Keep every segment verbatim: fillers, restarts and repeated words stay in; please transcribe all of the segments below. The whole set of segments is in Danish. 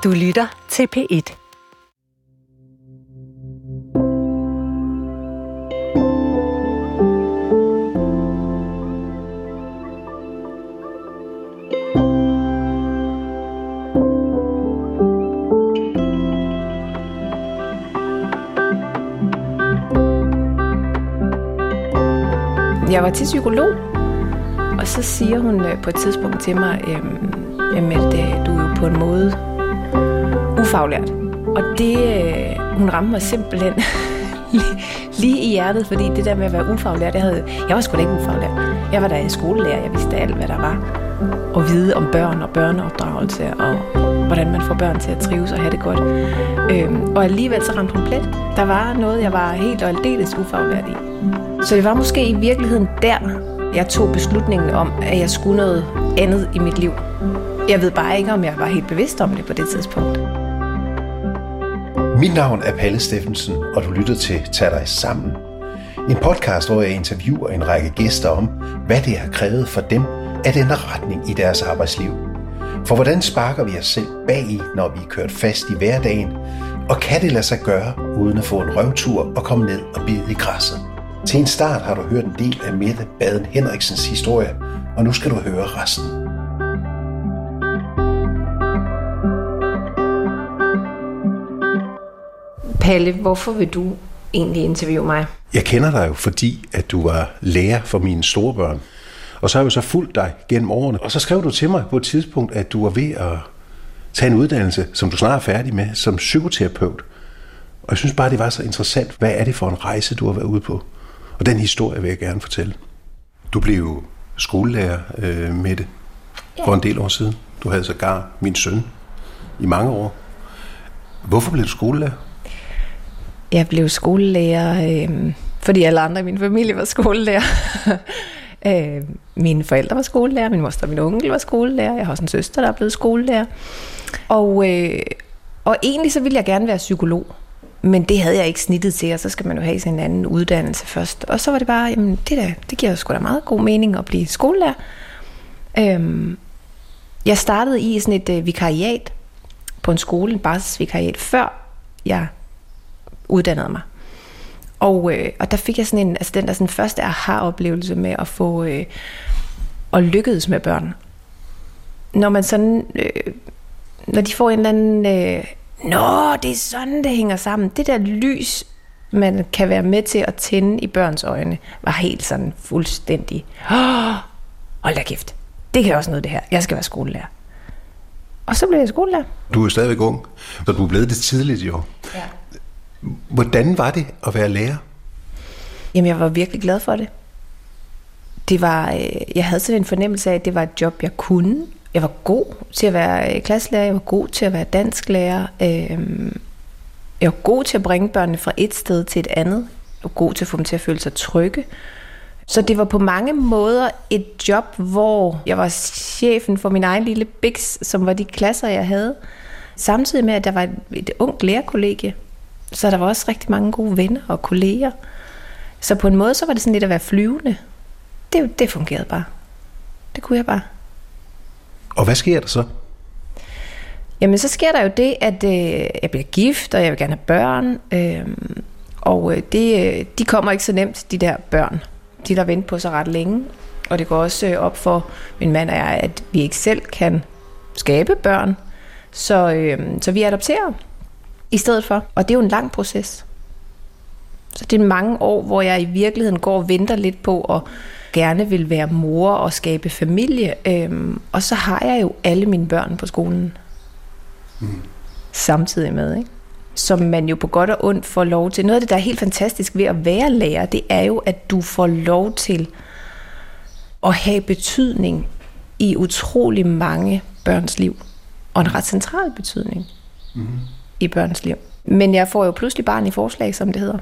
Du lytter til P et. Jeg var til psykolog, og så siger hun på et tidspunkt til mig, at Mette, du er jo på en måde ufaglært. Og det, hun ramte mig simpelthen lige i hjertet, fordi det der med at være ufaglært, jeg, havde, jeg var sgu da ikke ufaglært. Jeg var da i skolelærer, jeg vidste alt, hvad der var. Og vide om børn og børneopdragelse, og hvordan man får børn til at trives og have det godt. Øhm, og alligevel så ramte hun plet. Der var noget, jeg var helt og aldeles ufaglært i. Så det var måske i virkeligheden der, jeg tog beslutningen om, at jeg skulle noget andet i mit liv. Jeg ved bare ikke, om jeg var helt bevidst om det på det tidspunkt. Mit navn er Palle Steffensen, og du lytter til Tag dig sammen. En podcast, hvor jeg interviewer en række gæster om, hvad det har krævet for dem at ændre retning i deres arbejdsliv. For hvordan sparker vi os selv bag i, når vi er kørt fast i hverdagen, og kan det lade sig gøre, uden at få en røvtur og komme ned og bide i græsset? Til en start har du hørt en del af Mette Baden Henriksens historie, og nu skal du høre resten. Palle, hvorfor vil du egentlig interviewe mig? Jeg kender dig jo, fordi at du var lærer for mine store børn. Og så har jeg jo så fulgt dig gennem årene. Og så skrev du til mig på et tidspunkt, at du var ved at tage en uddannelse, som du snart er færdig med, som psykoterapeut. Og jeg synes bare, det var så interessant. Hvad er det for en rejse, du har været ude på? Og den historie vil jeg gerne fortælle. Du blev jo skolelærer øh, med det for ja. en del år siden. Du havde sågar min søn i mange år. Hvorfor blev du skolelærer? Jeg blev skolelærer, øh, fordi alle andre i min familie var skolelærer. øh, mine forældre var skolelærer, min moster og min onkel var skolelærer. Jeg har også en søster, der er blevet skolelærer. Og, øh, og egentlig så ville jeg gerne være psykolog. Men det havde jeg ikke snittet til, og så skal man jo have sin anden uddannelse først. Og så var det bare, jamen det, der, det giver jo sgu da meget god mening at blive skolelærer. Øhm, jeg startede i sådan et øh, vikariat på en skole, en basisvikariat, før jeg uddannede mig. Og, øh, og der fik jeg sådan en, altså den der sådan første aha-oplevelse med at få øh, og lykkedes med børn. Når man sådan, øh, når de får en eller anden øh, Nå, det er sådan, det hænger sammen. Det der lys, man kan være med til at tænde i børns øjne, var helt sådan fuldstændig. Åh, hold da kæft. Det kan også noget, det her. Jeg skal være skolelærer. Og så blev jeg skolelærer. Du er jo stadigvæk ung, så du er blevet det tidligt i år. Ja. Hvordan var det at være lærer? Jamen, jeg var virkelig glad for det. Det var, jeg havde sådan en fornemmelse af, at det var et job, jeg kunne. Jeg var god til at være klasselærer, jeg var god til at være dansklærer. Jeg var god til at bringe børnene fra et sted til et andet. Jeg var god til at få dem til at føle sig trygge. Så det var på mange måder et job, hvor jeg var chefen for min egen lille biks, som var de klasser, jeg havde. Samtidig med, at der var et, et ungt lærerkollegie, så der var også rigtig mange gode venner og kolleger. Så på en måde, så var det sådan lidt at være flyvende. Det, det fungerede bare. Det kunne jeg bare. Og hvad sker der så? Jamen, så sker der jo det, at øh, jeg bliver gift, og jeg vil gerne have børn. Øh, og det, de kommer ikke så nemt, de der børn. De der venter på sig ret længe. Og det går også op for min mand og jeg, at vi ikke selv kan skabe børn. Så, øh, så vi adopterer i stedet for. Og det er jo en lang proces. Så det er mange år, hvor jeg i virkeligheden går og venter lidt på at gerne vil være mor og skabe familie. Øhm, og så har jeg jo alle mine børn på skolen. Mm. Samtidig med, ikke? Som man jo på godt og ondt får lov til. Noget af det, der er helt fantastisk ved at være lærer, det er jo, at du får lov til at have betydning i utrolig mange børns liv. Og en ret central betydning mm. i børns liv. Men jeg får jo pludselig barn i forslag, som det hedder.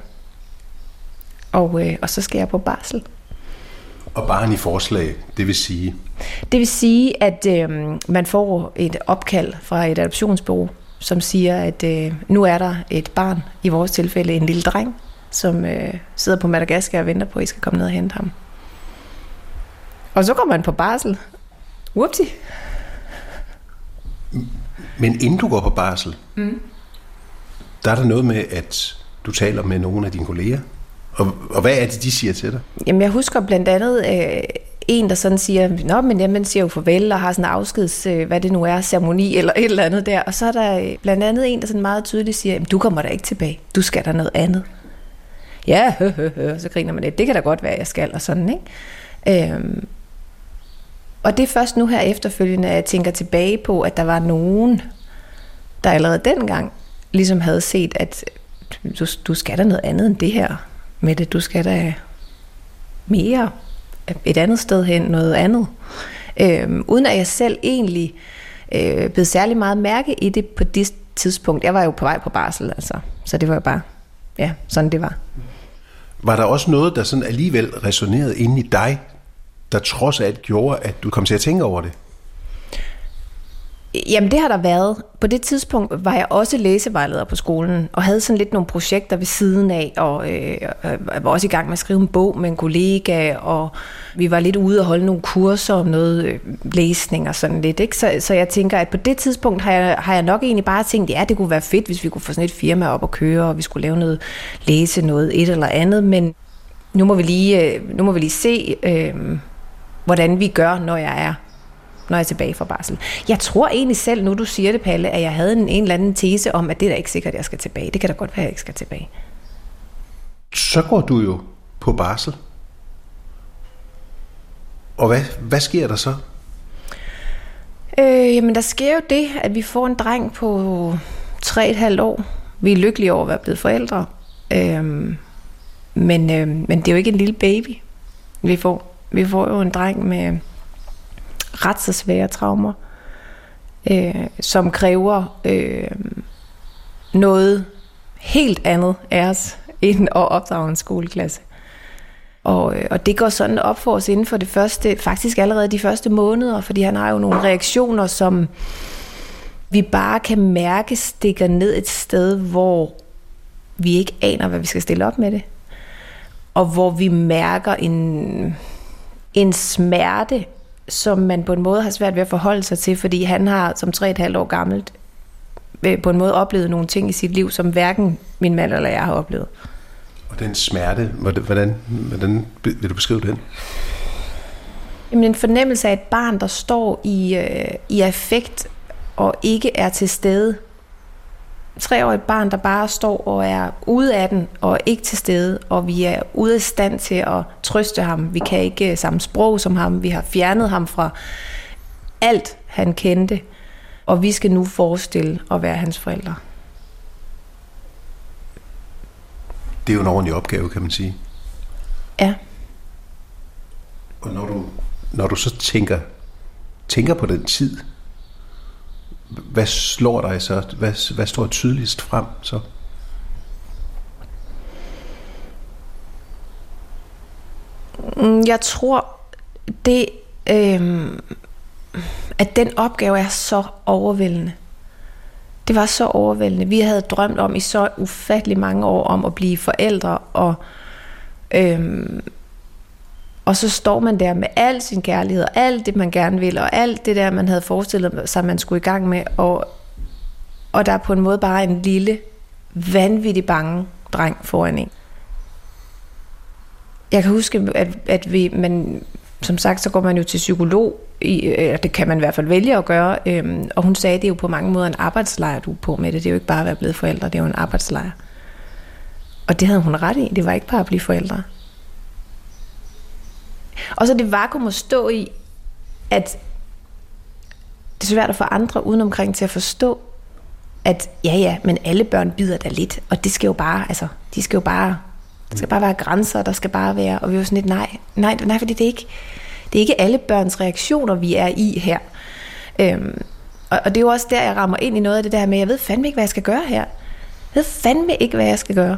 Og, øh, og så skal jeg på barsel. Og barn i forslag, det vil sige? Det vil sige, at øh, man får et opkald fra et adoptionsbureau, som siger, at øh, nu er der et barn, i vores tilfælde en lille dreng, som øh, sidder på Madagaskar og venter på, at I skal komme ned og hente ham. Og så kommer man på barsel. Whoopsie. Men inden du går på barsel, mm. der er der noget med, at du taler med nogle af dine kolleger. Og, og hvad er det, de siger til dig? Jamen, jeg husker blandt andet øh, en, der sådan siger, nå, men jamen, siger jo farvel og har sådan en afskeds, øh, hvad det nu er, ceremoni eller et eller andet der. Og så er der øh, blandt andet en, der sådan meget tydeligt siger, du kommer da ikke tilbage, du skal der noget andet. Ja, hø, hø, hø. Så griner man lidt, det kan da godt være, jeg skal, og sådan, ikke? Øhm, og det er først nu her efterfølgende, at jeg tænker tilbage på, at der var nogen, der allerede dengang ligesom havde set, at du, du skal da noget andet end det her med det. Du skal da mere et andet sted hen, noget andet. Øhm, uden at jeg selv egentlig øh, blev særlig meget mærke i det på det tidspunkt. Jeg var jo på vej på barsel, altså. Så det var jo bare, ja, sådan det var. Var der også noget, der sådan alligevel resonerede inde i dig, der trods alt gjorde, at du kom til at tænke over det? Jamen, det har der været. På det tidspunkt var jeg også læsevejleder på skolen, og havde sådan lidt nogle projekter ved siden af, og øh, jeg var også i gang med at skrive en bog med en kollega, og vi var lidt ude og holde nogle kurser om noget øh, læsning og sådan lidt, ikke? Så, så jeg tænker, at på det tidspunkt har jeg, har jeg nok egentlig bare tænkt, ja, det kunne være fedt, hvis vi kunne få sådan et firma op at køre, og vi skulle lave noget, læse noget, et eller andet, men nu må vi lige, øh, nu må vi lige se, øh, hvordan vi gør, når jeg er når jeg er tilbage fra barsel. Jeg tror egentlig selv, nu du siger det, Palle, at jeg havde en, en eller anden tese om, at det er da ikke sikkert, at jeg skal tilbage. Det kan da godt være, at jeg ikke skal tilbage. Så går du jo på barsel. Og hvad, hvad sker der så? Øh, jamen, der sker jo det, at vi får en dreng på tre og et halvt år. Vi er lykkelige over at være blevet forældre. Øh, men, øh, men det er jo ikke en lille baby, vi får. Vi får jo en dreng med ret så svære traumer, øh, som kræver øh, noget helt andet af os, end at opdrage en skoleklasse. Og, øh, og det går sådan op for os inden for det første, faktisk allerede de første måneder, fordi han har jo nogle reaktioner, som vi bare kan mærke stikker ned et sted, hvor vi ikke aner, hvad vi skal stille op med det. Og hvor vi mærker en, en smerte, som man på en måde har svært ved at forholde sig til, fordi han har som tre og et halvt år gammelt på en måde oplevet nogle ting i sit liv, som hverken min mand eller jeg har oplevet. Og den smerte, hvordan, hvordan vil du beskrive den? Jamen, en fornemmelse af et barn, der står i, øh, i affekt og ikke er til stede. Treårigt barn, der bare står og er ude af den og ikke til stede, og vi er ude af stand til at trøste ham. Vi kan ikke samme sprog som ham. Vi har fjernet ham fra alt, han kendte, og vi skal nu forestille at være hans forældre. Det er jo en ordentlig opgave, kan man sige. Ja. Og når du, når du så tænker, tænker på den tid, hvad slår dig så? Hvad, hvad står tydeligst frem så? Jeg tror, det, øh, at den opgave er så overvældende. Det var så overvældende. Vi havde drømt om i så ufattelig mange år om at blive forældre, og, øh, og så står man der med al sin kærlighed, og alt det, man gerne vil, og alt det der, man havde forestillet sig, man skulle i gang med, og, og der er på en måde bare en lille, vanvittig bange dreng foran en. Jeg kan huske, at, at vi, man, som sagt, så går man jo til psykolog, i, eller det kan man i hvert fald vælge at gøre, øhm, og hun sagde, at det er jo på mange måder en arbejdslejr, du er på med det. Det er jo ikke bare at være blevet forældre, det er jo en arbejdslejr. Og det havde hun ret i, det var ikke bare at blive forældre. Og så det vakuum at stå i, at det er svært at få andre udenomkring til at forstå, at ja ja, men alle børn bider da lidt, og det skal jo bare, altså, de skal jo bare, der skal bare være grænser, der skal bare være, og vi var sådan lidt, nej, nej, nej, fordi det er ikke, det er ikke alle børns reaktioner, vi er i her. Øhm, og, og det er jo også der, jeg rammer ind i noget af det der med, jeg ved fandme ikke, hvad jeg skal gøre her. Jeg ved fandme ikke, hvad jeg skal gøre.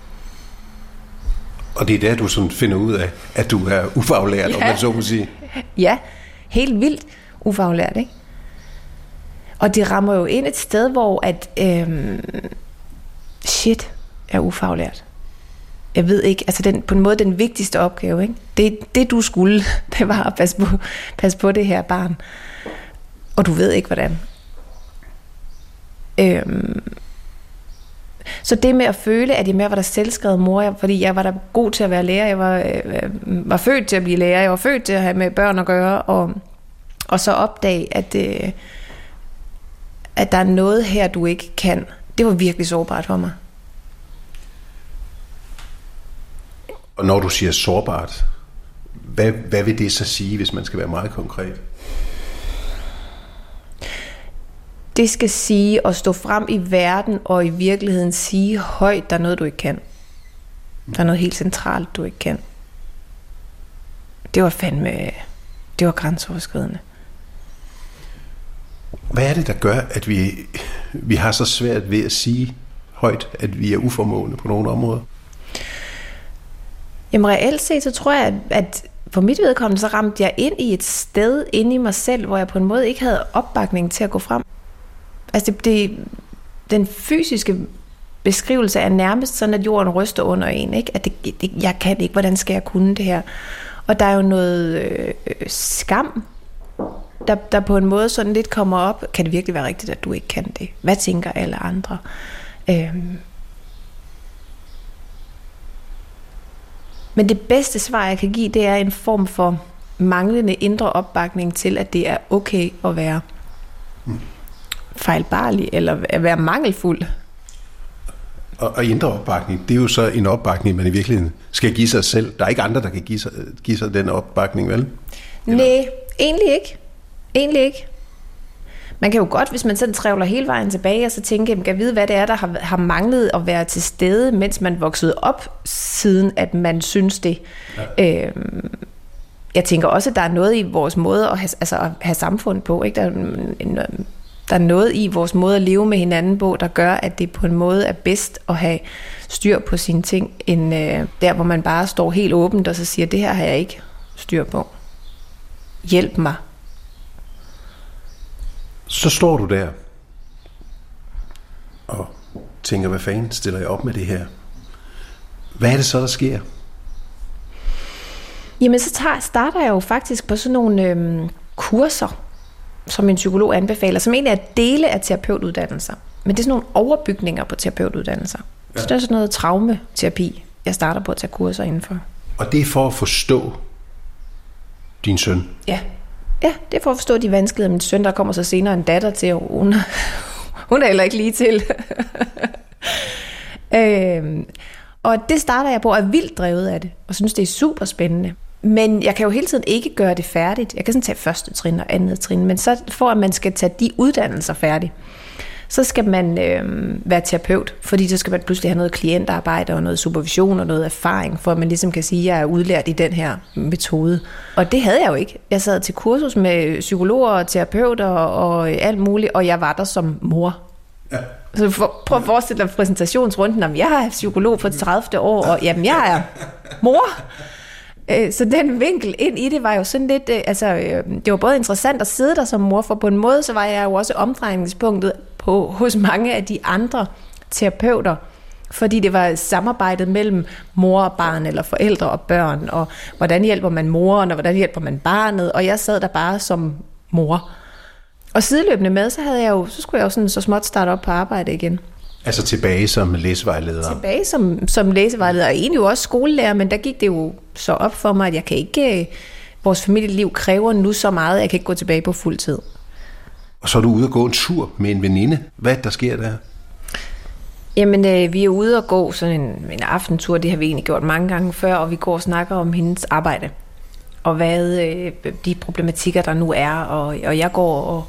Og det er der, du sådan finder ud af, at du er ufaglært, ja. Om man så må sige. Ja, helt vildt ufaglært, ikke? Og det rammer jo ind et sted, hvor at, øhm, shit, er ufaglært. Jeg ved ikke, altså den, på en måde den vigtigste opgave, ikke? Det, det du skulle, det var at passe på, passe på det her barn. Og du ved ikke, hvordan. Øhm, så det med at føle, at jeg mere var der selvskrevet mor, jeg, fordi jeg var der god til at være lærer, jeg var, øh, var født til at blive lærer, jeg var født til at have med børn at gøre, og, og så opdage, at, øh, at der er noget her, du ikke kan. Det var virkelig sårbart for mig. Og når du siger sårbart, hvad, hvad vil det så sige, hvis man skal være meget konkret? Det skal sige at stå frem i verden og i virkeligheden sige højt, der er noget, du ikke kan. Der er noget helt centralt, du ikke kan. Det var fandme, det var grænseoverskridende. Hvad er det, der gør, at vi, vi har så svært ved at sige højt, at vi er uformående på nogle områder? Jamen reelt set, så tror jeg, at, at for mit vedkommende, så ramte jeg ind i et sted inde i mig selv, hvor jeg på en måde ikke havde opbakning til at gå frem. Altså det, det, den fysiske beskrivelse er nærmest sådan, at jorden ryster under en, ikke? At det, det, jeg kan ikke, hvordan skal jeg kunne det her? Og der er jo noget øh, skam, der, der på en måde sådan lidt kommer op. Kan det virkelig være rigtigt, at du ikke kan det? Hvad tænker alle andre? Øhm. Men det bedste svar, jeg kan give, det er en form for manglende indre opbakning til, at det er okay at være fejlbarlig eller at være mangelfuld. Og, og indre opbakning, det er jo så en opbakning, man i virkeligheden skal give sig selv. Der er ikke andre, der kan give sig, give sig den opbakning, vel? Nej, egentlig ikke. Egentlig ikke. Man kan jo godt, hvis man sådan trævler hele vejen tilbage, og så tænke, kan jeg vide, hvad det er, der har, har manglet at være til stede, mens man voksede op, siden at man synes det. Ja. Øhm, jeg tænker også, at der er noget i vores måde at have, altså at have samfund på. Ikke? Der, er en, der er noget i vores måde at leve med hinanden på, der gør, at det på en måde er bedst at have styr på sine ting, end øh, der, hvor man bare står helt åbent og så siger, det her har jeg ikke styr på. Hjælp mig. Så står du der og tænker, hvad fanden stiller jeg op med det her? Hvad er det så, der sker? Jamen, så tager, starter jeg jo faktisk på sådan nogle øhm, kurser, som en psykolog anbefaler, som egentlig er dele af terapeutuddannelser. Men det er sådan nogle overbygninger på terapeutuddannelser. Ja. Så det er sådan noget traumaterapi, jeg starter på at tage kurser indenfor. Og det er for at forstå din søn? Ja. Ja, det er for at forstå de vanskeligheder. Min søn, der kommer så senere en datter til, og hun, hun er heller ikke lige til. øhm, og det starter jeg på, og er vildt drevet af det, og synes, det er super spændende. Men jeg kan jo hele tiden ikke gøre det færdigt. Jeg kan sådan tage første trin og andet trin, men så for at man skal tage de uddannelser færdigt, så skal man øh, være terapeut, fordi så skal man pludselig have noget klientarbejde og noget supervision og noget erfaring, for at man ligesom kan sige, at jeg er udlært i den her metode. Og det havde jeg jo ikke. Jeg sad til kursus med psykologer og terapeuter og alt muligt, og jeg var der som mor. Ja. Så for, prøv at forestille dig præsentationsrunden om, jeg har psykolog på tredivte år, og jamen, jeg er mor. Så den vinkel ind i det var jo sådan lidt, altså det var både interessant at sidde der som mor, for på en måde så var jeg jo også omdrejningspunktet på, hos mange af de andre terapeuter, fordi det var samarbejdet mellem mor og barn, eller forældre og børn, og hvordan hjælper man moren, og hvordan hjælper man barnet, og jeg sad der bare som mor. Og sideløbende med, så havde jeg jo, så skulle jeg jo sådan så småt starte op på arbejde igen. Altså tilbage som læsevejleder? Tilbage som, som læsevejleder, og egentlig jo også skolelærer, men der gik det jo så op for mig, at jeg kan ikke, vores familieliv kræver nu så meget, at jeg kan ikke gå tilbage på fuld tid. Og så er du ude og gå en tur med en veninde. Hvad der sker der? Jamen, øh, vi er ude og gå sådan en, en aftentur, det har vi egentlig gjort mange gange før, og vi går og snakker om hendes arbejde, og hvad øh, de problematikker, der nu er, og, og jeg går og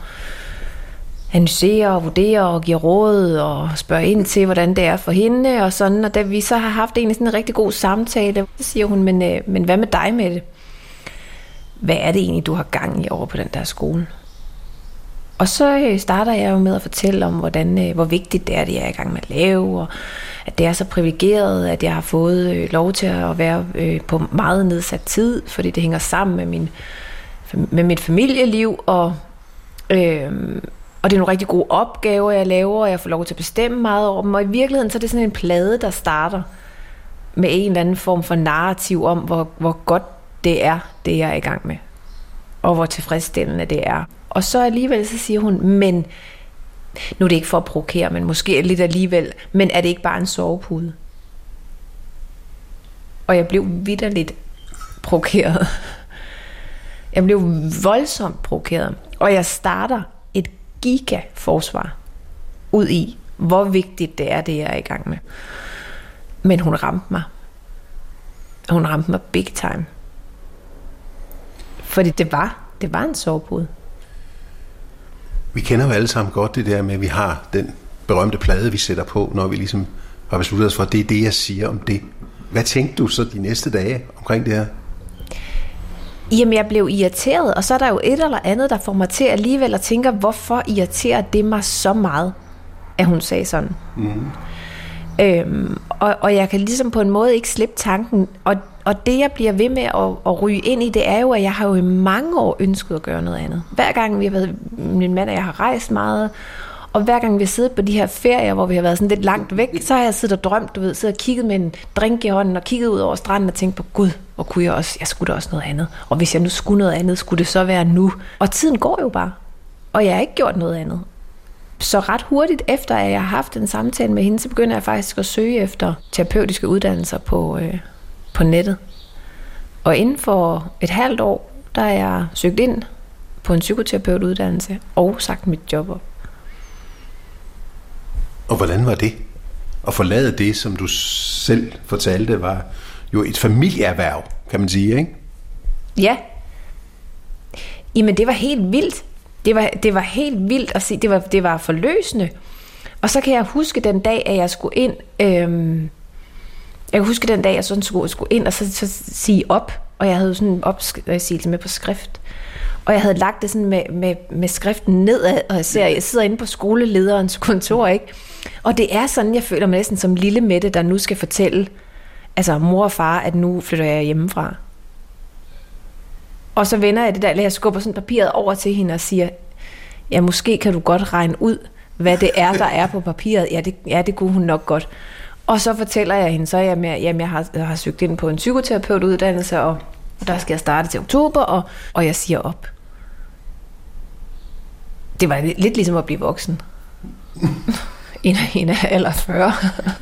analyserer og vurderer og giver råd og spørger ind til, hvordan det er for hende og sådan. Og da vi så har haft egentlig sådan en rigtig god samtale, så siger hun, men, øh, men hvad med dig, Mette? Hvad er det egentlig, du har gang i over på den der skole? Og så øh, starter jeg jo med at fortælle om, hvordan, øh, hvor vigtigt det er, det jeg er i gang med at lave, og at det er så privilegeret, at jeg har fået øh, lov til at være øh, på meget nedsat tid, fordi det hænger sammen med, min, med mit familieliv, og øh, Og det er nogle rigtig gode opgaver, jeg laver, og jeg får lov til at bestemme meget over dem. Og i virkeligheden så er det sådan en plade, der starter med en eller anden form for narrativ om, hvor, hvor godt det er, det jeg er i gang med. Og hvor tilfredsstillende det er. Og så alligevel så siger hun, men nu er det ikke for at provokere, men måske lidt alligevel, men er det ikke bare en sovepude? Og jeg blev vitterligt provokeret. Jeg blev voldsomt provokeret. Og jeg starter et giga-forsvar ud i, hvor vigtigt det er, det jeg er i gang med. Men hun ramte mig. Hun ramte mig big time. Fordi det var, det var en sovepude. Vi kender jo alle sammen godt det der med, at vi har den berømte plade, vi sætter på, når vi ligesom har besluttet os for, at det er det, jeg siger om det. Hvad tænkte du så de næste dage omkring det her? Jamen, jeg blev irriteret, og så er der jo et eller andet, der får mig til alligevel at tænke, hvorfor irriterer det mig så meget, at hun sagde sådan. Mm. Øhm, og, og jeg kan ligesom på en måde ikke slippe tanken, og, og det jeg bliver ved med at, at ryge ind i, det er jo, at jeg har jo i mange år ønsket at gøre noget andet. Hver gang vi har været, min mand og jeg har rejst meget, og hver gang vi har siddet på de her ferier, hvor vi har været sådan lidt langt væk, så har jeg siddet og drømt, du ved, siddet og kigget med en drink i hånden, og kigget ud over stranden og tænkt på, gud, hvor kunne jeg også, jeg skulle da også noget andet. Og hvis jeg nu skulle noget andet, skulle det så være nu. Og tiden går jo bare, og jeg har ikke gjort noget andet. Så ret hurtigt efter, at jeg har haft en samtale med hende, så begynder jeg faktisk at søge efter terapeutiske uddannelser på, øh, på nettet. Og inden for et halvt år, der er jeg søgt ind på en psykoterapeutuddannelse og sagt mit job op. Og hvordan var det? At forlade det, som du selv fortalte, var jo et familieerhverv, kan man sige, ikke? Ja. Jamen, det var helt vildt. Det var, det var helt vildt at se. Det var, det var forløsende. Og så kan jeg huske den dag, at jeg skulle ind. Øhm, jeg kan huske den dag, jeg sådan skulle, skulle ind og så, så sige op. Og jeg havde sådan en opsigelse med på skrift. Og jeg havde lagt det sådan med, med, med skriften nedad, og jeg, ser, jeg sidder inde på skolelederens kontor, ikke? Og det er sådan, jeg føler mig næsten som lille Mette, der nu skal fortælle, altså mor og far, at nu flytter jeg hjemmefra. Og så vender jeg det der, eller jeg skubber sådan papiret over til hende og siger, ja, måske kan du godt regne ud, hvad det er, der er på papiret. Ja, det, ja, det kunne hun nok godt. Og så fortæller jeg hende så, at jamen, jeg, har, jeg har søgt ind på en psykoterapeutuddannelse, og der skal jeg starte til oktober, og, og jeg siger op. Det var lidt ligesom at blive voksen. En af, en af alder fyrre.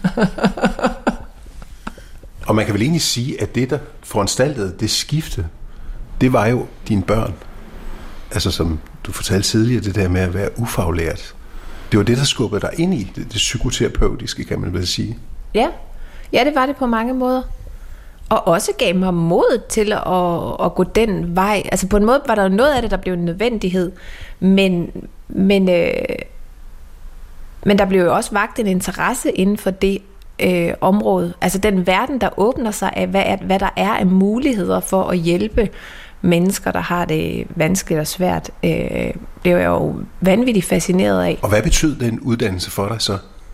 Og man kan vel egentlig sige, at det, der foranstaltede det skifte, det var jo dine børn. Altså som du fortalte tidligere, det der med at være ufaglært. Det var det, der skubbede dig ind i det, det psykoterapeutiske, kan man vel sige. Ja. Ja, det var det på mange måder. Og også gav mig mod til at, at gå den vej. Altså på en måde var der noget af det, der blev en nødvendighed. Men, men, øh, men der blev jo også vakt en interesse inden for det øh, område. Altså den verden, der åbner sig af, hvad, er, hvad der er af muligheder for at hjælpe mennesker, der har det vanskeligt og svært, øh, blev jeg jo vanvittigt fascineret af. Og hvad betød den uddannelse for dig så?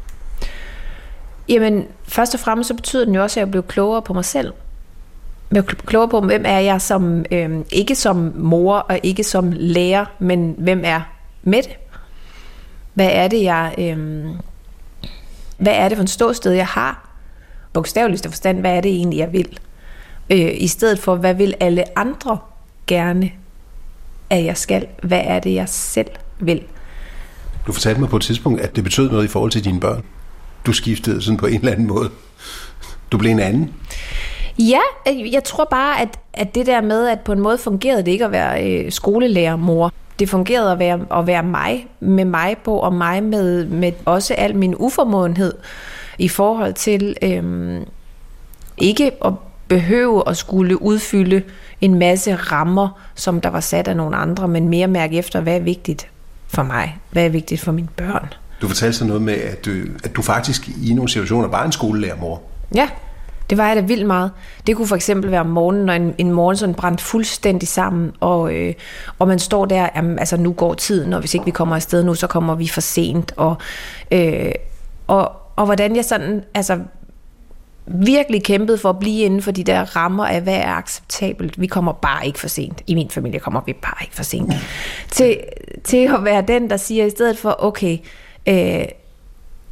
Jamen, først og fremmest så betyder den jo også, at jeg blev klogere på mig selv. Jeg blev klogere på, hvem er jeg som, øh, ikke som mor og ikke som lærer, men hvem er Mette? Hvad er det, jeg, øh, hvad er det for en ståsted, jeg har? Bogstaveligst forstand, hvad er det egentlig, jeg vil? Øh, I stedet for, hvad vil alle andre gerne, at jeg skal? Hvad er det, jeg selv vil? Du fortalte mig på et tidspunkt, at det betød noget i forhold til dine børn. Du skiftede sådan på en eller anden måde. Du blev en anden. Ja, jeg tror bare, at, at det der med, at på en måde fungerede det ikke at være øh, skolelærermor. Det fungerede at være, at være mig, med mig på, og mig med, med også al min uformåenhed i forhold til øh, ikke at behøve at skulle udfylde en masse rammer, som der var sat af nogle andre, men mere mærke efter, hvad er vigtigt for mig, hvad er vigtigt for mine børn. Du fortalte så noget med, at du, at du faktisk i nogle situationer var en skolelærermor. Ja, det var jeg da vildt meget. Det kunne for eksempel være om morgenen, når en, en morgen sådan brændt fuldstændig sammen, og, øh, og man står der, jamen, altså nu går tiden, og hvis ikke vi kommer afsted nu, så kommer vi for sent, og, øh, og, og hvordan jeg sådan, altså virkelig kæmpede for at blive inden for de der rammer af, hvad er acceptabelt. Vi kommer bare ikke for sent. I min familie kommer vi bare ikke for sent. til, til at være den, der siger i stedet for, okay, øh,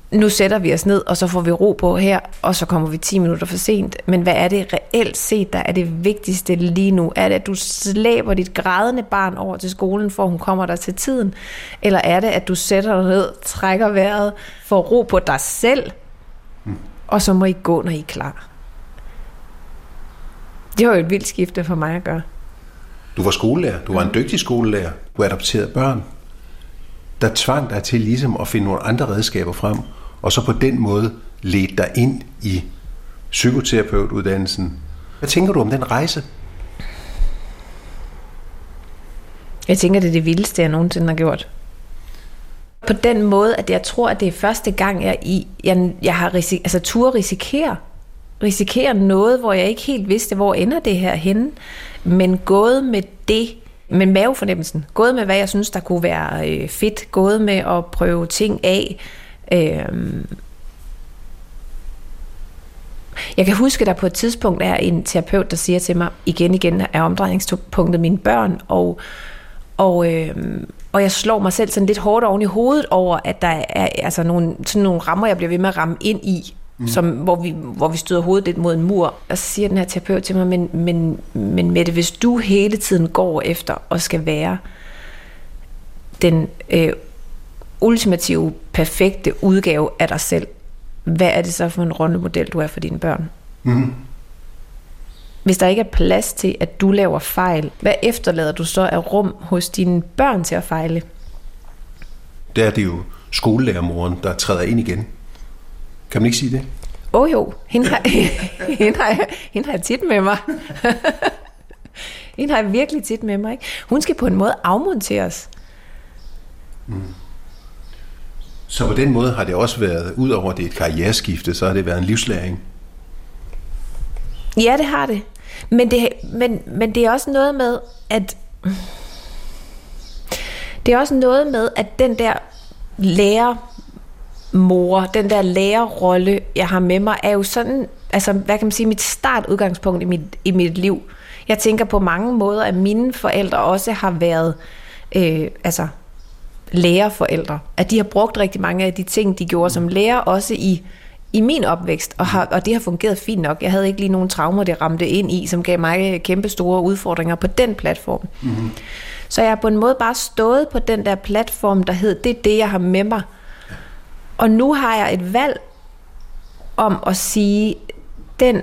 nu sætter vi os ned, og så får vi ro på her, og så kommer vi ti minutter for sent. Men hvad er det reelt set, der er det vigtigste lige nu? Er det, at du slæber dit grædende barn over til skolen, for hun kommer der til tiden? Eller er det, at du sætter dig ned, trækker vejret, får ro på dig selv, mm. og så må I gå, når I er klar? Det var jo et vildt skifte for mig at gøre. Du var skolelærer. Du var en dygtig skolelærer. Du adopterede børn. Der tvang dig til ligesom at finde nogle andre redskaber frem, og så på den måde ledte dig ind i psykoterapeutuddannelsen. Hvad tænker du om den rejse? Jeg tænker, det er det vildeste, jeg nogensinde har gjort. På den måde, at jeg tror, at det er første gang, jeg, i, jeg, jeg har risik, altså, tur risikere. Risikere noget, hvor jeg ikke helt vidste, hvor ender det her henne. Men gået med det, med mavefornemmelsen, gået med, hvad jeg synes, der kunne være øh, fedt, gået med at prøve ting af. Øhm. Jeg kan huske, at der på et tidspunkt er en terapeut, der siger til mig, igen igen er omdrejningspunktet mine børn, og, og, øhm, og jeg slår mig selv sådan lidt hårdt oven i hovedet over, at der er altså nogle, sådan nogle rammer, jeg bliver ved med at ramme ind i, mm. som, hvor, vi, hvor vi støder hovedet lidt mod en mur. Og så siger den her terapeut til mig, men, men, men Mette, hvis du hele tiden går efter og skal være den øh, ultimative, perfekte udgave af dig selv, hvad er det så for en rollemodel, du er for dine børn? Mm. Hvis der ikke er plads til, at du laver fejl, hvad efterlader du så af rum hos dine børn til at fejle? Der er det jo skolelærermoren, der træder ind igen. Kan man ikke sige det? Åh oh, jo, hende har, hende, har, hende har jeg tit med mig. Hende har jeg virkelig tit med mig. Ikke? Hun skal på en måde afmonteres. Mm. Så på den måde har det også været, ud over det et karriereskifte, så har det været en livslæring. Ja, det har det. Men det, men, men det er også noget med, at det er også noget med, at den der lærermor, den der lærerrolle, jeg har med mig, er jo sådan, altså hvad kan man sige, mit startudgangspunkt i mit, i mit liv. Jeg tænker på mange måder, at mine forældre også har været, øh, altså lærerforældre, at de har brugt rigtig mange af de ting, de gjorde som lærer, også i, i min opvækst, og, har, og det har fungeret fint nok. Jeg havde ikke lige nogen traumer, det ramte ind i, som gav mig kæmpe store udfordringer på den platform. Mm-hmm. Så jeg har på en måde bare stået på den der platform, der hed, det er det, jeg har med mig. Og nu har jeg et valg om at sige, den,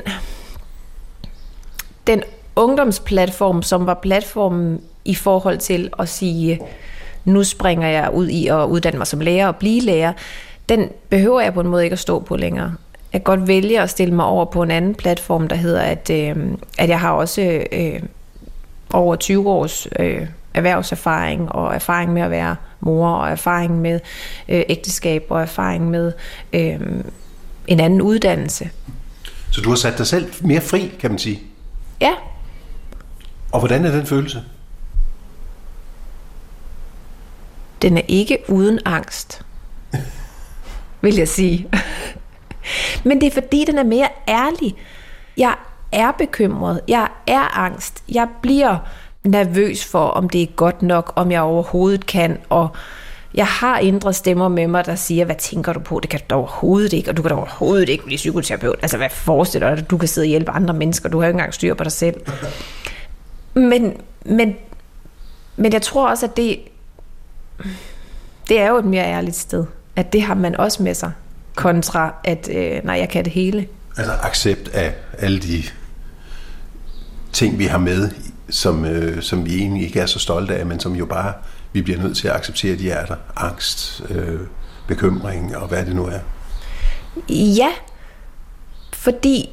den ungdomsplatform, som var platformen i forhold til at sige, nu springer jeg ud i at uddanne mig som lærer og blive lærer, den behøver jeg på en måde ikke at stå på længere. Jeg kan godt vælge at stille mig over på en anden platform, der hedder, at, øh, at jeg har også øh, over tyve års øh, erhvervserfaring og erfaring med at være mor og erfaring med øh, ægteskab og erfaring med øh, en anden uddannelse. Så du har sat dig selv mere fri, kan man sige? Ja. Og hvordan er den følelse? Den er ikke uden angst, vil jeg sige. Men det er fordi, den er mere ærlig. Jeg er bekymret. Jeg er angst. Jeg bliver nervøs for, om det er godt nok, om jeg overhovedet kan. Og jeg har indre stemmer med mig, der siger, hvad tænker du på? Det kan du overhovedet ikke, og du kan da overhovedet ikke blive psykoterapeut. Altså, hvad forestiller dig, at du kan sidde og hjælpe andre mennesker? Du har jo ikke engang styr på dig selv. Men, men, men jeg tror også, at det... Det er jo et mere ærligt sted. At det har man også med sig. Kontra at, øh, nej, jeg kan det hele. Altså accept af alle de ting, vi har med, som, øh, som vi egentlig ikke er så stolte af, men som jo bare, vi bliver nødt til at acceptere, de er der. Angst, øh, bekymring og hvad det nu er. Ja, fordi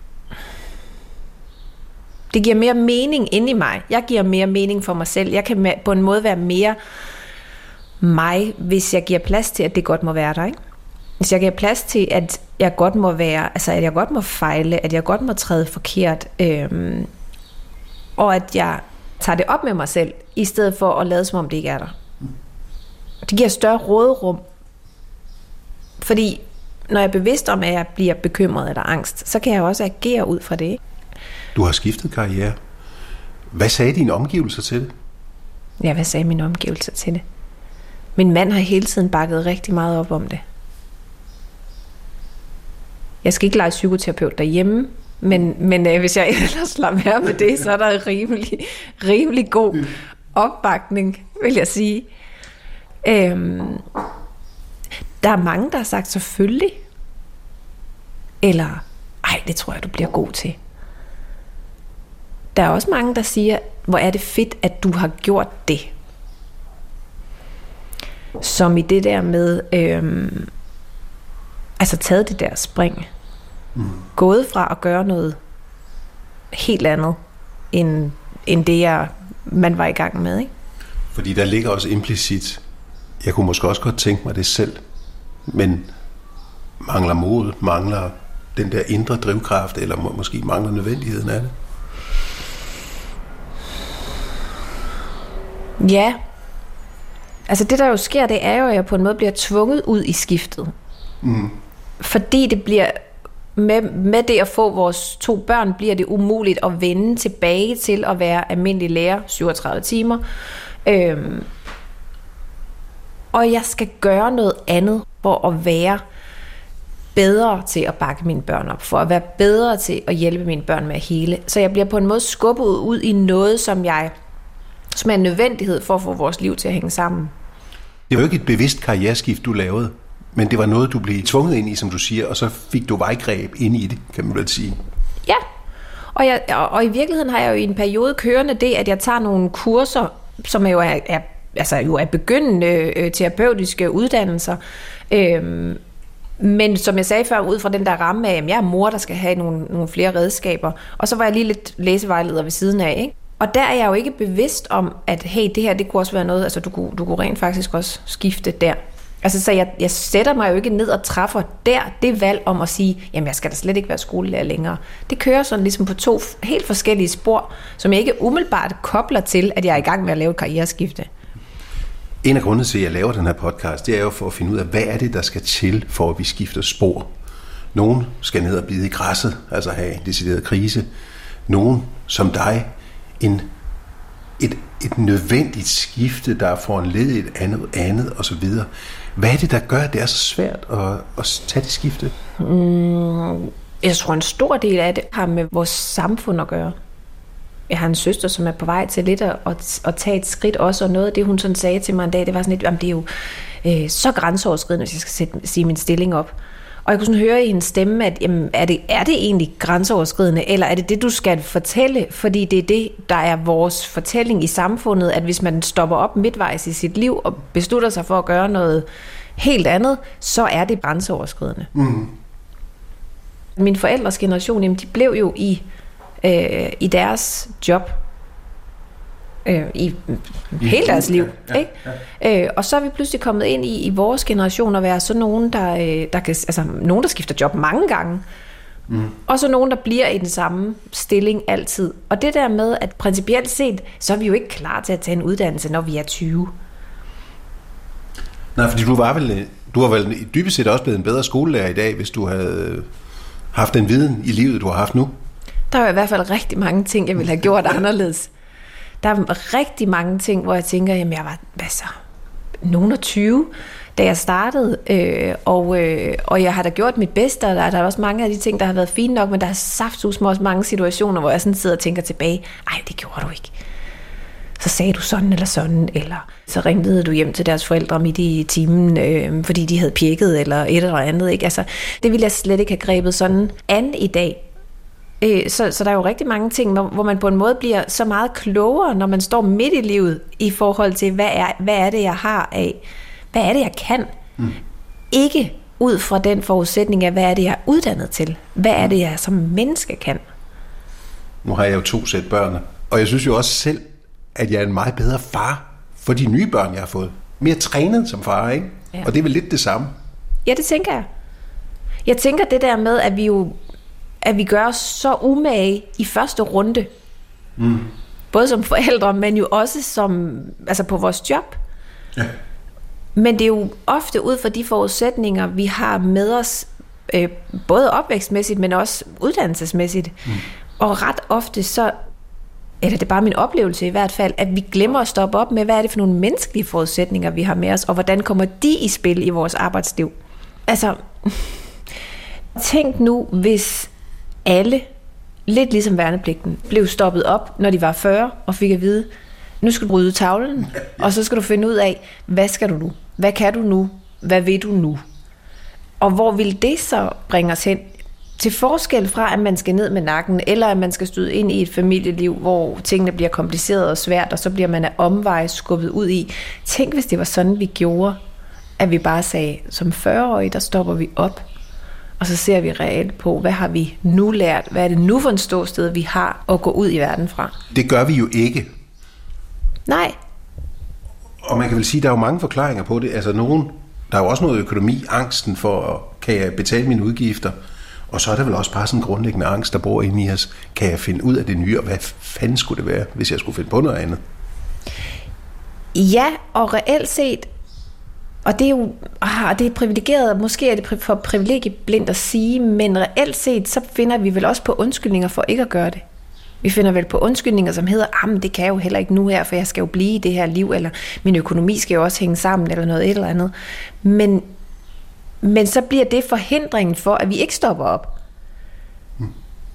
det giver mere mening inde i mig. Jeg giver mere mening for mig selv. Jeg kan på en måde være mere mig, hvis jeg giver plads til, at det godt må være der, ikke? Hvis jeg giver plads til, at jeg godt må være, altså at jeg godt må fejle, at jeg godt må træde forkert, øhm, og at jeg tager det op med mig selv, i stedet for at lade som om det ikke er der. Det giver større råderum, fordi når jeg er bevidst om, at jeg bliver bekymret eller angst, så kan jeg også agere ud fra det. Du har skiftet karriere. Hvad sagde dine omgivelser til det? Ja, hvad sagde mine omgivelser til det? Min mand har hele tiden bakket rigtig meget op om det. Jeg skal ikke lege psykoterapeut derhjemme, men, men øh, hvis jeg ellers lader være med det, så er der en rimelig, rimelig god opbakning, vil jeg sige. Øhm, der er mange, der har sagt selvfølgelig. Eller, ej, det tror jeg, du bliver god til. Der er også mange, der siger, hvor er det fedt, at du har gjort det. Som i det der med, øhm, altså taget det der spring. Mm. Gået fra at gøre noget helt andet, end, end det, jeg, man var i gang med, ikke? Fordi der ligger også implicit, jeg kunne måske også godt tænke mig det selv, men mangler mod, mangler den der indre drivkraft, eller må, måske mangler nødvendigheden af det? Ja. Altså det, der jo sker, det er jo, at jeg på en måde bliver tvunget ud i skiftet. Mm. Fordi det bliver, med, med det at få vores to børn, bliver det umuligt at vende tilbage til at være almindelig lærer, syvogtredive timer. Øhm, og jeg skal gøre noget andet for at være bedre til at bakke mine børn op, for at være bedre til at hjælpe mine børn med at hele. Så jeg bliver på en måde skubbet ud i noget, som jeg som er en nødvendighed for at få vores liv til at hænge sammen. Det var jo ikke et bevidst karriereskift, du lavede, men det var noget, du blev tvunget ind i, som du siger, og så fik du vejgreb ind i det, kan man vel sige. Ja, og, jeg, og, og i virkeligheden har jeg jo i en periode kørende det, at jeg tager nogle kurser, som jo er, er, altså jo er begyndende øh, terapeutiske uddannelser, øhm, men som jeg sagde før, ud fra den der ramme af, at jeg er mor, der skal have nogle, nogle flere redskaber, og så var jeg lige lidt læsevejleder ved siden af, ikke? Og der er jeg jo ikke bevidst om, at hey, det her, det kunne også være noget, altså du kunne, du kunne rent faktisk også skifte der. Altså så jeg, jeg sætter mig jo ikke ned og træffer der det valg om at sige, jamen jeg skal da slet ikke være skolelærer længere. Det kører sådan ligesom på to helt forskellige spor, som jeg ikke umiddelbart kobler til, at jeg er i gang med at lave et karriereskifte. En af grundene til, at jeg laver den her podcast, det er jo for at finde ud af, hvad er det, der skal til, for at vi skifter spor. Nogen skal ned og bide i græsset, altså have en decideret krise. Nogen, som dig, en, et, et nødvendigt skifte, der er foranlediget et andet, andet osv. Hvad er det, der gør, at det er så svært at, at tage det skifte? Mm, jeg tror, en stor del af det har med vores samfund at gøre. Jeg har en søster, som er på vej til lidt at, at, at tage et skridt også, og noget af det, hun sådan sagde til mig en dag, det var sådan lidt, jamen det er jo øh, så grænseoverskridende, hvis jeg skal sætte, sige min stilling op. Og jeg kunne sådan høre i hendes stemme, at jamen, er, det, er det egentlig grænseoverskridende, eller er det det, du skal fortælle? Fordi det er det, der er vores fortælling i samfundet, at hvis man stopper op midtvejs i sit liv og beslutter sig for at gøre noget helt andet, så er det grænseoverskridende. Mm. Min forældres generation, jamen, de blev jo i, øh, i deres job øh, i hele deres liv. Ja, ja, ikke? Ja. Øh, og så er vi pludselig kommet ind i, i vores generation at være sådan nogen, der, øh, der kan, altså nogen, der skifter job mange gange, mm. og så nogen, der bliver i den samme stilling altid. Og det der med, at principielt set, så er vi jo ikke klar til at tage en uddannelse, når vi er tyve. Nej, fordi du var vel, du var vel dybest set også blevet en bedre skolelærer i dag, hvis du havde haft den viden i livet, du har haft nu. Der er i hvert fald rigtig mange ting, jeg ville have gjort anderledes. Der er rigtig mange ting, hvor jeg tænker, jamen jeg var, hvad så, nogen af tyve, da jeg startede, øh, og, øh, og jeg har da gjort mit bedste, og der, der er også mange af de ting, der har været fine nok, men der er saftsus med også mange situationer, hvor jeg sådan sidder og tænker tilbage, ej, det gjorde du ikke. Så sagde du sådan eller sådan, eller så ringede du hjem til deres forældre midt i timen, øh, fordi de havde pjekket, eller et eller andet, ikke? Altså, det ville jeg slet ikke have grebet sådan an i dag. Så, så der er jo rigtig mange ting, hvor man på en måde bliver så meget klogere, når man står midt i livet, i forhold til, hvad er, hvad er det, jeg har af, hvad er det, jeg kan? Mm. Ikke ud fra den forudsætning af, hvad er det, jeg er uddannet til? Hvad er det, jeg som menneske kan? Nu har jeg jo to sæt børn, og jeg synes jo også selv, at jeg er en meget bedre far for de nye børn, jeg har fået. Mere trænet som far, ikke? Ja. Og det er vel lidt det samme? Ja, det tænker jeg. Jeg tænker det der med, at vi jo at vi gør os så umage i første runde. Mm. Både som forældre, men jo også som, altså på vores job. Ja. Men det er jo ofte ud fra de forudsætninger, vi har med os, øh, både opvækstmæssigt, men også uddannelsesmæssigt. Mm. Og ret ofte så, eller det er bare min oplevelse i hvert fald, at vi glemmer at stoppe op med, hvad er det for nogle menneskelige forudsætninger, vi har med os, og hvordan kommer de i spil i vores arbejdsliv. Altså, Tænk nu, hvis alle, lidt ligesom værnepligten, blev stoppet op, når de var fyrre, og fik at vide, nu skal du rydde tavlen, og så skal du finde ud af, hvad skal du nu? Hvad kan du nu? Hvad vil du nu? Og hvor vil det så bringe os hen? Til forskel fra, at man skal ned med nakken, eller at man skal støde ind i et familieliv, hvor tingene bliver kompliceret og svært, og så bliver man af omveje skubbet ud i. Tænk, hvis det var sådan, vi gjorde, at vi bare sagde, som fyrre-årige, der stopper vi op, og så ser vi reelt på, hvad har vi nu lært? Hvad er det nu for en ståsted, vi har at gå ud i verden fra? Det gør vi jo ikke. Nej. Og man kan vel sige, at der er jo mange forklaringer på det. Altså nogen, der er jo også noget økonomi, angsten for, kan jeg betale mine udgifter? Og så er der vel også bare sådan en grundlæggende angst, der bor inde i os. Kan jeg finde ud af det nye, og hvad fanden skulle det være, hvis jeg skulle finde på noget andet? Ja, og reelt set, og det er jo ah, det er privilegeret, måske er det for privilegieblindt at sige, men reelt set, så finder vi vel også på undskyldninger for ikke at gøre det. Vi finder vel på undskyldninger, som hedder, ah, men det kan jeg jo heller ikke nu her, for jeg skal jo blive i det her liv, eller min økonomi skal jo også hænge sammen, eller noget et eller andet. Men, men så bliver det forhindringen for, at vi ikke stopper op. Hmm.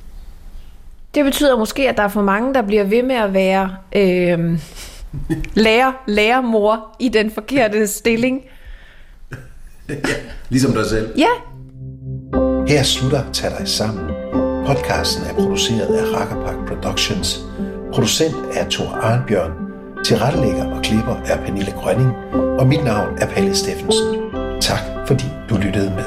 Det betyder måske, at der er for mange, der bliver ved med at være øh, lærer, lærermor i den forkerte stilling. Ja, ligesom dig selv. Ja. Her slutter Tag dig sammen. Podcasten er produceret af Rakkerpak Productions. Producent er Thor Arnbjørn. Tilrettelægger og klipper er Pernille Grønning. Og mit navn er Palle Steffensen. Tak fordi du lyttede med.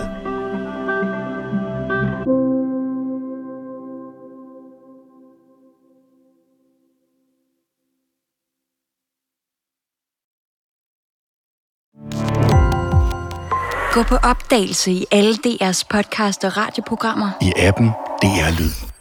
Gå på opdagelse i alle D R's podcast og radioprogrammer. I appen D R Lyd.